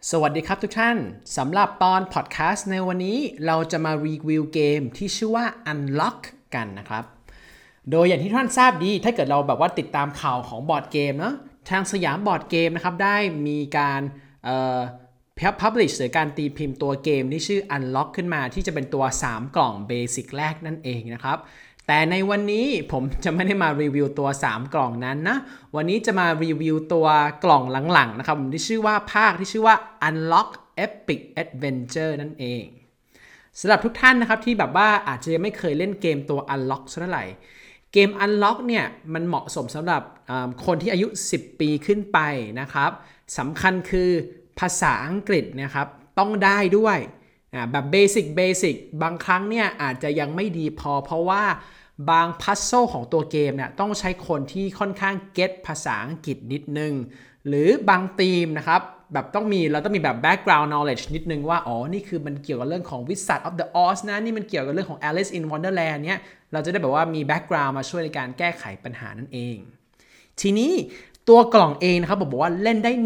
สวัสดีครับทุกท่านสำหรับตอนพอดแคสต์ในวันนี้เราจะมารีวิวเกมที่ชื่อว่า Unlock กันนะครับโดยอย่างที่ท่านทราบดีถ้าเกิดเราแบบว่าติดตามข่าวของบอร์ดเกมเนาะทางสยามบอร์ดเกมนะครับได้มีการpublish หรือการตีพิมพ์ตัวเกมที่ชื่อ Unlock ขึ้นมาที่จะเป็นตัว3กล่องเบสิกแรกนั่นเองนะครับแต่ในวันนี้ผมจะไม่ได้มารีวิวตัว3กล่องนั้นนะวันนี้จะมารีวิวตัวกล่องหลังๆนะครับที่ชื่อว่าภาคที่ชื่อว่า Unlock Epic Adventure นั่นเองสำหรับทุกท่านนะครับที่แบบว่าอาจจะยังไม่เคยเล่นเกมตัว Unlock สักเท่าไหร่เกม Unlock เนี่ยมันเหมาะสมสำหรับคนที่อายุ10ปีขึ้นไปนะครับสำคัญคือภาษาอังกฤษนะครับต้องได้ด้วยแบบเบสิกบางครั้งเนี่ยอาจจะยังไม่ดีพอเพราะว่าบางพัซโซของตัวเกมเนี่ยต้องใช้คนที่ค่อนข้างเก็ตภาษาอังกฤษนิดนึงหรือบางธีมนะครับแบบเราต้องมีแบบ background knowledge นิดนึงว่าอ๋อนี่คือมันเกี่ยวกับเรื่องของ Wizard of the Oz นะนี่มันเกี่ยวกับเรื่องของ Alice in Wonderland เนี่ยเราจะได้แบบว่ามี background มาช่วยในการแก้ไขปัญหานั่นเองทีนี้ตัวกล่องเองนะครับบอกว่าเล่นได้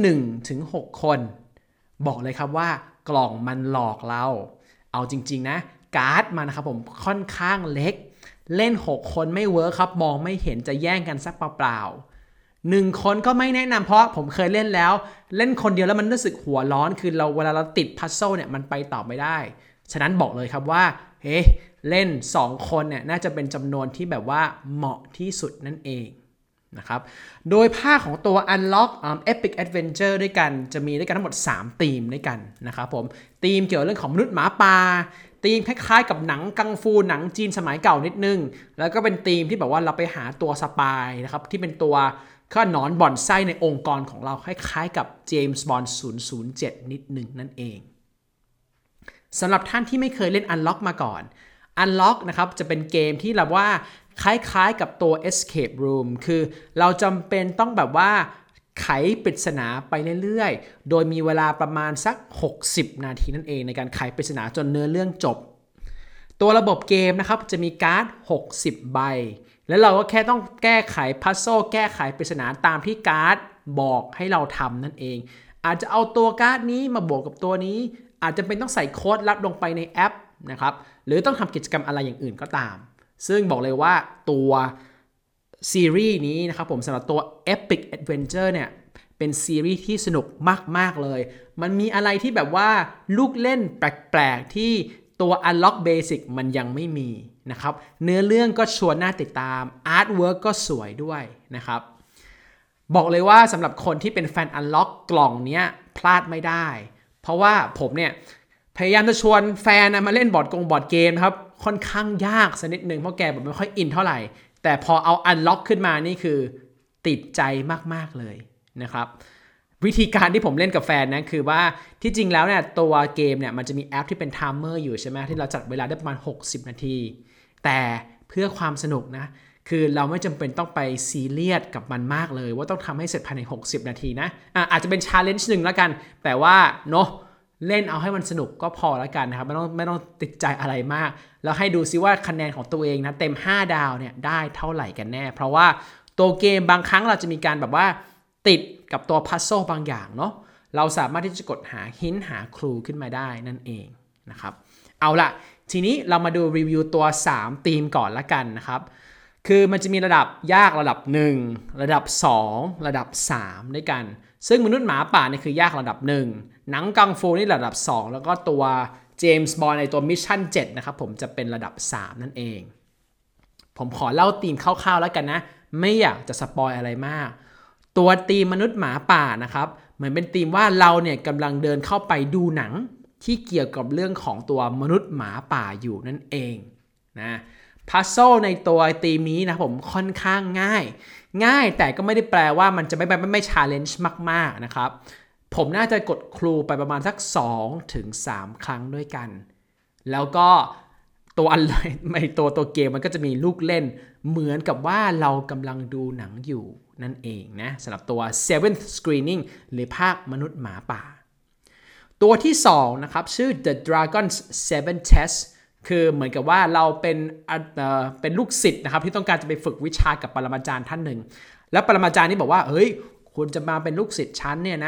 1-6 คนบอกเลยครับว่ากล่องมันหลอกเราเอาจริงๆนะการ์ดมันนะครับผมค่อนข้างเล็กเล่น6คนไม่เวิร์คครับมองไม่เห็นจะแย่งกันสักเปล่าๆ1คนก็ไม่แนะนำเพราะผมเคยเล่นแล้วเล่นคนเดียวแล้วมันรู้สึกหัวร้อนคือเวลาเราติดพัซโซเนี่ยมันไปต่อไม่ได้ฉะนั้นบอกเลยครับว่าเฮ้เล่น2คนเนี่ยน่าจะเป็นจำนวนที่แบบว่าเหมาะที่สุดนั่นเองนะครับโดยภาคของตัว Unlock Epic Adventure ด้วยกันจะมีด้วยกันทั้งหมด3ธีมด้วยกันนะครับผมธีมเกี่ยวกับเรื่องของมนุษย์หมาป่าธีมคล้ายๆกับหนังกังฟูหนังจีนสมัยเก่านิดนึงแล้วก็เป็นธีมที่แบบว่าเราไปหาตัวสปายนะครับที่เป็นตัวข้าหนอนบ่อนไส้ในองค์กรของเราคล้ายๆกับ James Bond 007 นิดนึงนั่นเองสำหรับท่านที่ไม่เคยเล่น Unlock มาก่อน Unlock นะครับจะเป็นเกมที่เราว่าคล้ายๆกับตัว Escape Room คือเราจำเป็นต้องแบบว่าไขปริศนาไปเรื่อยๆโดยมีเวลาประมาณสัก60นาทีนั่นเองในการไขปริศนาจนเนื้อเรื่องจบตัวระบบเกมนะครับจะมีการ์ด60ใบแล้วเราก็แค่ต้องแก้ไขพัซโซแก้ไขปริศนาตามที่การ์ดบอกให้เราทำนั่นเองอาจจะเอาตัวการ์ดนี้มาบวกกับตัวนี้อาจจะเป็นต้องใส่โค้ดลับลงไปในแอปนะครับหรือต้องทำกิจกรรมอะไรอย่างอื่นก็ตามซึ่งบอกเลยว่าตัวซีรีส์นี้นะครับผมสำหรับตัว Epic Adventure เนี่ยเป็นซีรีส์ที่สนุกมากๆเลยมันมีอะไรที่แบบว่าลูกเล่นแปลกๆที่ตัว Unlock Basic มันยังไม่มีนะครับเนื้อเรื่องก็ชวนน่าติดตาม Artwork ก็สวยด้วยนะครับบอกเลยว่าสำหรับคนที่เป็นแฟน Unlock กล่องเนี้ยพลาดไม่ได้เพราะว่าผมเนี่ยพยายามจะชวนแฟนมาเล่นบอร์ดเกมครับค่อนข้างยากสักนิดนึงเพราะแกแบบไม่ค่อยอินเท่าไหร่แต่พอเอา Unlock ขึ้นมานี่คือติดใจมากๆเลยนะครับวิธีการที่ผมเล่นกับแฟนนะคือว่าที่จริงแล้วเนี่ยตัวเกมเนี่ยมันจะมีแอปที่เป็นไทม์เมอร์อยู่ใช่ไหมที่เราจัดเวลาได้ประมาณ60นาทีแต่เพื่อความสนุกนะคือเราไม่จำเป็นต้องไปซีเรียสกับมันมากเลยว่าต้องทำให้เสร็จภายใน60นาทีนะอาจจะเป็นชาเลนจ์หนึ่งแล้วกันแต่ว่าเนาะเล่นเอาให้มันสนุกก็พอแล้วกันนะครับไม่ต้องติดใจอะไรมากแล้วให้ดูซิว่าคะแนนของตัวเองนะเต็ม5ดาวเนี่ยได้เท่าไหร่กันแน่เพราะว่าตัวเกมบางครั้งเราจะมีการแบบว่าติดกับตัวพัซโซบางอย่างเนาะเราสามารถที่จะกดหาหินหาคลูขึ้นมาได้นั่นเองนะครับเอาล่ะทีนี้เรามาดูรีวิวตัว3ธีมก่อนละกันนะครับคือมันจะมีระดับยากระดับ1ระดับ2ระดับ3ด้วยกันซึ่งมนุษย์หมาป่านี่คือยากระดับ1หนังกังฟูนี่ระดับ2แล้วก็ตัวเจมส์บอนด์ในตัวมิชชั่น7นะครับผมจะเป็นระดับ3นั่นเองผมขอเล่าธีมคร่าวๆแล้วกันนะไม่อยากจะสปอยอะไรมากตัวธีมมนุษย์หมาป่านะครับเหมือนเป็นธีมว่าเราเนี่ยกำลังเดินเข้าไปดูหนังที่เกี่ยวกับเรื่องของตัวมนุษย์หมาป่าอยู่นั่นเองนะพัซโซในตัวธีมนี้นะผมค่อนข้างง่ายแต่ก็ไม่ได้แปลว่ามันจะไม่ challenge มากๆนะครับผมน่าจะกดครูไปประมาณสัก 2-3 ครั้งด้วยกันแล้วก็ตัวตัวเกมมันก็จะมีลูกเล่นเหมือนกับว่าเรากำลังดูหนังอยู่นั่นเองนะสำหรับตัว Seventh Screening หรือภาคมนุษย์หมาป่าตัวที่2นะครับชื่อ The Dragon's Seven Test คือเหมือนกับว่าเราเป็นลูกศิษย์นะครับที่ต้องการจะไปฝึกวิชากับปรมาจารย์ท่านหนึ่งแล้วปรมาจารย์นี่บอกว่าเฮ้ยคุณจะมาเป็นลูกศิษย์ฉันเนี่ยนะ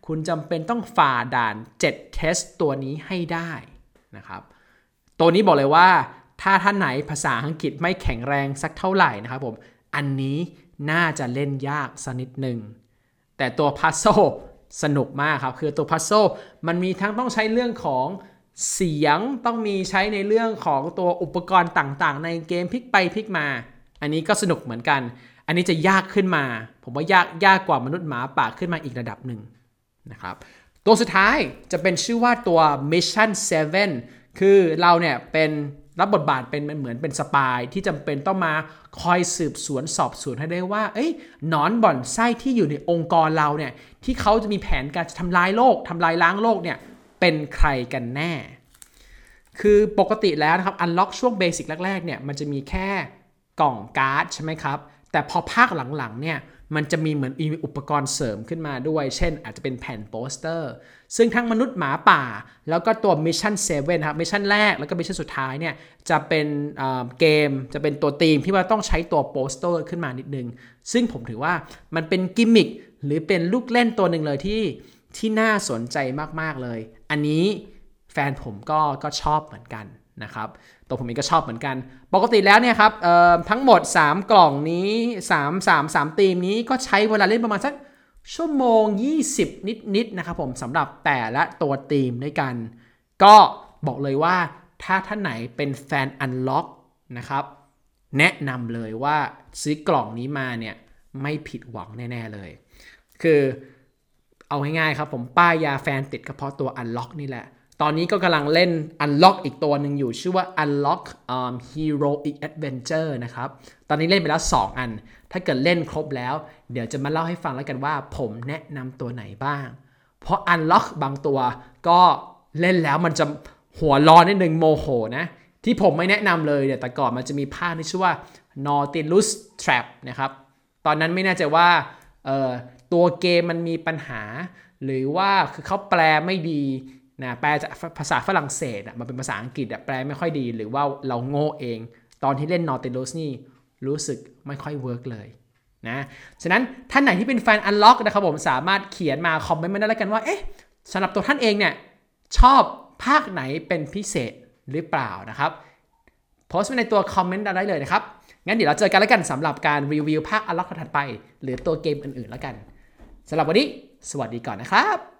คุณจำเป็นต้องฝ่าด่าน7 test ตัวนี้ให้ได้นะครับตัวนี้บอกเลยว่าถ้าท่านไหนภาษาอังกฤษไม่แข็งแรงสักเท่าไหร่นะครับผมอันนี้น่าจะเล่นยากสักนิดหนึ่งแต่ตัวพัซโซสนุกมากครับคือตัวพัซโซมันมีทั้งต้องใช้เรื่องของเสียงต้องมีใช้ในเรื่องของตัวอุปกรณ์ต่างๆในเกมพลิกไปพลิกมาอันนี้ก็สนุกเหมือนกันอันนี้จะยากขึ้นมาผมว่ายากกว่ามนุษย์หมาป่าขึ้นมาอีกระดับหนึ่งนะครับตัวสุดท้ายจะเป็นชื่อว่าตัว Mission 7 คือเราเนี่ยเป็นรับบทบาทเป็นเหมือนเป็นสปายที่จำเป็นต้องมาคอยสืบสวนสอบสวนให้ได้ว่าหนอนบ่อนไส้ที่อยู่ในองค์กรเราเนี่ยที่เขาจะมีแผนการทำลายโลกทำลายล้างโลกเนี่ยเป็นใครกันแน่คือปกติแล้วนะครับอันล็อกช่วงเบสิกแรกๆเนี่ยมันจะมีแค่กล่องการ์ดใช่ไหมครับแต่พอภาคหลังๆเนี่ยมันจะมีเหมือนอุปกรณ์เสริมขึ้นมาด้วยเช่นอาจจะเป็นแผ่นโปสเตอร์ซึ่งทั้งมนุษย์หมาป่าแล้วก็ตัว Mission 7 ครับมิชชั่นแรกแล้วก็มิชชั่นสุดท้ายเนี่ยจะเป็นเกมจะเป็นตัวธีมที่ว่าต้องใช้ตัวโปสเตอร์ขึ้นมานิดนึงซึ่งผมถือว่ามันเป็นกิมมิคหรือเป็นลูกเล่นตัวหนึ่งเลยที่น่าสนใจมากๆเลยอันนี้แฟนผมก็ชอบเหมือนกันนะครับตัวผมเองก็ชอบเหมือนกันปกติแล้วเนี่ยครับทั้งหมด3กล่องนี้3ทีมนี้ก็ใช้เวลาเล่นประมาณสักชั่วโมง20นิดนะครับผมสำหรับแต่ละตัวทีมด้วยกันก็บอกเลยว่าถ้าท่านไหนเป็นแฟน Unlock นะครับแนะนำเลยว่าซื้อกล่องนี้มาเนี่ยไม่ผิดหวังแน่ๆเลยคือเอาง่ายๆครับผมป้ายยาแฟนติดก็เพราะตัว Unlock นี่แหละตอนนี้ก็กำลังเล่น Unlock อีกตัวหนึ่งอยู่ชื่อว่า Unlock Heroic Adventure นะครับตอนนี้เล่นไปแล้ว2อันถ้าเกิดเล่นครบแล้วเดี๋ยวจะมาเล่าให้ฟังแล้วกันว่าผมแนะนำตัวไหนบ้างเพราะ Unlock บางตัวก็เล่นแล้วมันจะหัวร้อนนิดนึงโมโหนะที่ผมไม่แนะนำเลยแต่ก่อนมันจะมีภาคที่ชื่อว่า Nautilus Trap นะครับตอนนั้นไม่แน่ใจว่าตัวเกมมันมีปัญหาหรือว่าคือเขาแปลไม่ดีนะแปลจากภาษาฝรั่งเศสมันเป็นภาษาอังกฤษแปลไม่ค่อยดีหรือว่าเราโง่เองตอนที่เล่น Nautilus นี่รู้สึกไม่ค่อยเวิร์กเลยนะฉะนั้นท่านไหนที่เป็นแฟน Unlock นะครับผมสามารถเขียนมาคอมเมนต์มาได้แล้วกันว่าสำหรับตัวท่านเองเนี่ยชอบภาคไหนเป็นพิเศษหรือเปล่านะครับโพสต์ไว้ในตัวคอมเมนต์ได้เลยนะครับงั้นเดี๋ยวเราเจอกันแล้วกันสำหรับการรีวิวภาค Unlock ถัดไปหรือตัวเกมอื่นๆแล้วกันสำหรับวันนี้สวัสดีก่อนนะครับ